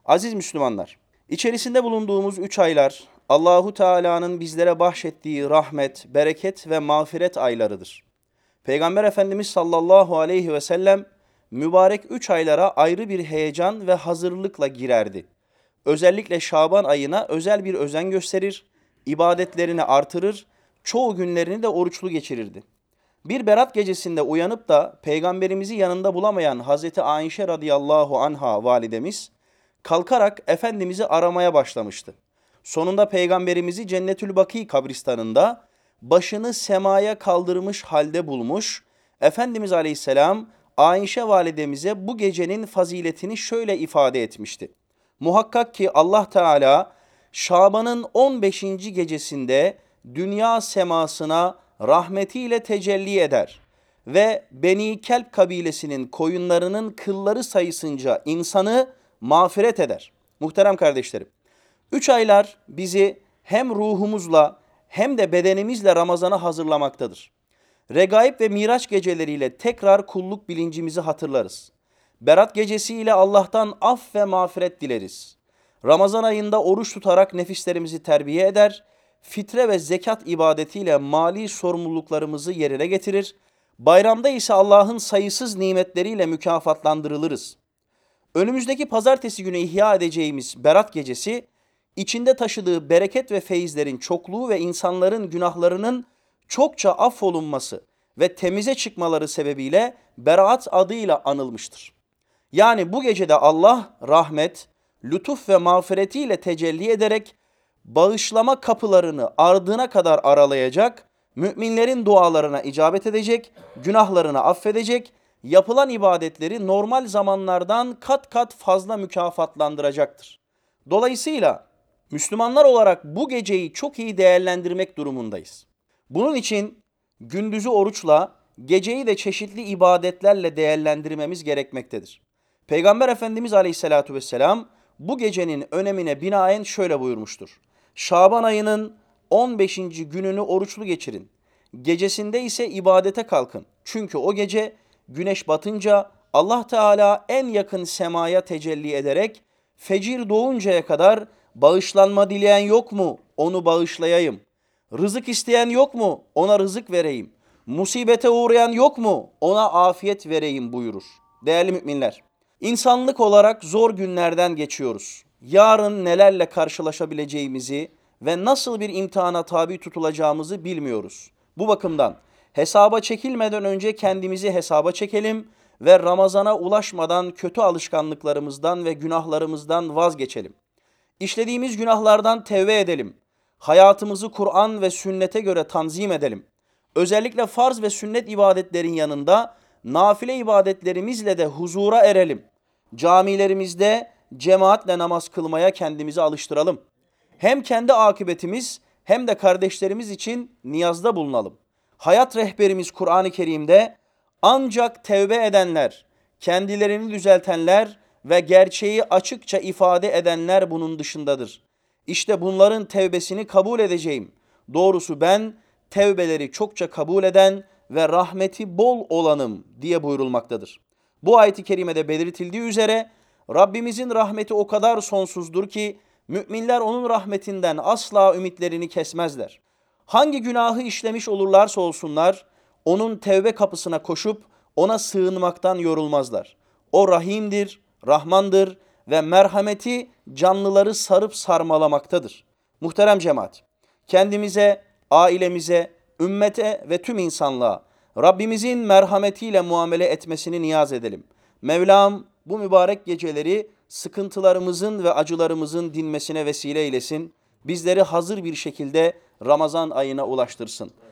Aziz Müslümanlar, içerisinde bulunduğumuz 3 aylar Allahu Teala'nın bizlere bahşettiği rahmet, bereket ve mağfiret aylarıdır. Peygamber Efendimiz sallallahu aleyhi ve sellem mübarek 3 aylara ayrı bir heyecan ve hazırlıkla girerdi. Özellikle Şaban ayına özel bir özen gösterir, ibadetlerini artırır, çoğu günlerini de oruçlu geçirirdi. Bir Berat gecesinde uyanıp da peygamberimizi yanında bulamayan Hazreti Ayşe radıyallahu anha validemiz kalkarak Efendimiz'i aramaya başlamıştı. Sonunda peygamberimizi Cennetül Baki kabristanında başını semaya kaldırmış halde bulmuş. Efendimiz Aleyhisselam Ayşe validemize bu gecenin faziletini şöyle ifade etmişti. Muhakkak ki Allah Teala Şaban'ın 15. gecesinde dünya semasına rahmetiyle tecelli eder ve Beni Kelp kabilesinin koyunlarının kılları sayısınca insanı mağfiret eder. Muhterem kardeşlerim, 3 aylar bizi hem ruhumuzla hem de bedenimizle Ramazan'a hazırlamaktadır. Regaib ve Miraç geceleriyle tekrar kulluk bilincimizi hatırlarız. Berat gecesiyle Allah'tan af ve mağfiret dileriz. Ramazan ayında oruç tutarak nefislerimizi terbiye eder, fitre ve zekat ibadetiyle mali sorumluluklarımızı yerine getirir. Bayramda ise Allah'ın sayısız nimetleriyle mükafatlandırılırız. Önümüzdeki pazartesi günü ihya edeceğimiz Berat gecesi, içinde taşıdığı bereket ve feyizlerin çokluğu ve insanların günahlarının çokça affolunması ve temize çıkmaları sebebiyle Berat adıyla anılmıştır. Yani bu gecede Allah rahmet, lütuf ve mağfiretiyle tecelli ederek bağışlama kapılarını ardına kadar aralayacak, müminlerin dualarına icabet edecek, günahlarını affedecek, yapılan ibadetleri normal zamanlardan kat kat fazla mükafatlandıracaktır. Dolayısıyla Müslümanlar olarak bu geceyi çok iyi değerlendirmek durumundayız. Bunun için gündüzü oruçla, geceyi de çeşitli ibadetlerle değerlendirmemiz gerekmektedir. Peygamber Efendimiz Aleyhisselatü Vesselam bu gecenin önemine binaen şöyle buyurmuştur. Şaban ayının 15. gününü oruçlu geçirin. Gecesinde ise ibadete kalkın. Çünkü o gece güneş batınca Allah Teala en yakın semaya tecelli ederek fecir doğuncaya kadar bağışlanma dileyen yok mu? Onu bağışlayayım. Rızık isteyen yok mu? Ona rızık vereyim. Musibete uğrayan yok mu? Ona afiyet vereyim buyurur. Değerli müminler, insanlık olarak zor günlerden geçiyoruz. Yarın nelerle karşılaşabileceğimizi ve nasıl bir imtihana tabi tutulacağımızı bilmiyoruz. Bu bakımdan hesaba çekilmeden önce kendimizi hesaba çekelim ve Ramazana ulaşmadan kötü alışkanlıklarımızdan ve günahlarımızdan vazgeçelim. İşlediğimiz günahlardan tevbe edelim. Hayatımızı Kur'an ve sünnete göre tanzim edelim. Özellikle farz ve sünnet ibadetlerin yanında nafile ibadetlerimizle de huzura erelim. Camilerimizde cemaatle namaz kılmaya kendimizi alıştıralım. Hem kendi akıbetimiz hem de kardeşlerimiz için niyazda bulunalım. Hayat rehberimiz Kur'an-ı Kerim'de ancak tevbe edenler, kendilerini düzeltenler ve gerçeği açıkça ifade edenler bunun dışındadır. İşte bunların tevbesini kabul edeceğim. Doğrusu ben tevbeleri çokça kabul eden ve rahmeti bol olanım diye buyurulmaktadır. Bu ayet-i kerimede belirtildiği üzere Rabbimizin rahmeti o kadar sonsuzdur ki müminler onun rahmetinden asla ümitlerini kesmezler. Hangi günahı işlemiş olurlarsa olsunlar onun tevbe kapısına koşup ona sığınmaktan yorulmazlar. O rahimdir, rahmandır ve merhameti canlıları sarıp sarmalamaktadır. Muhterem cemaat, kendimize, ailemize, ümmete ve tüm insanlığa Rabbimizin merhametiyle muamele etmesini niyaz edelim. Mevlam bu mübarek geceleri sıkıntılarımızın ve acılarımızın dinmesine vesile eylesin. Bizleri hazır bir şekilde Ramazan ayına ulaştırsın.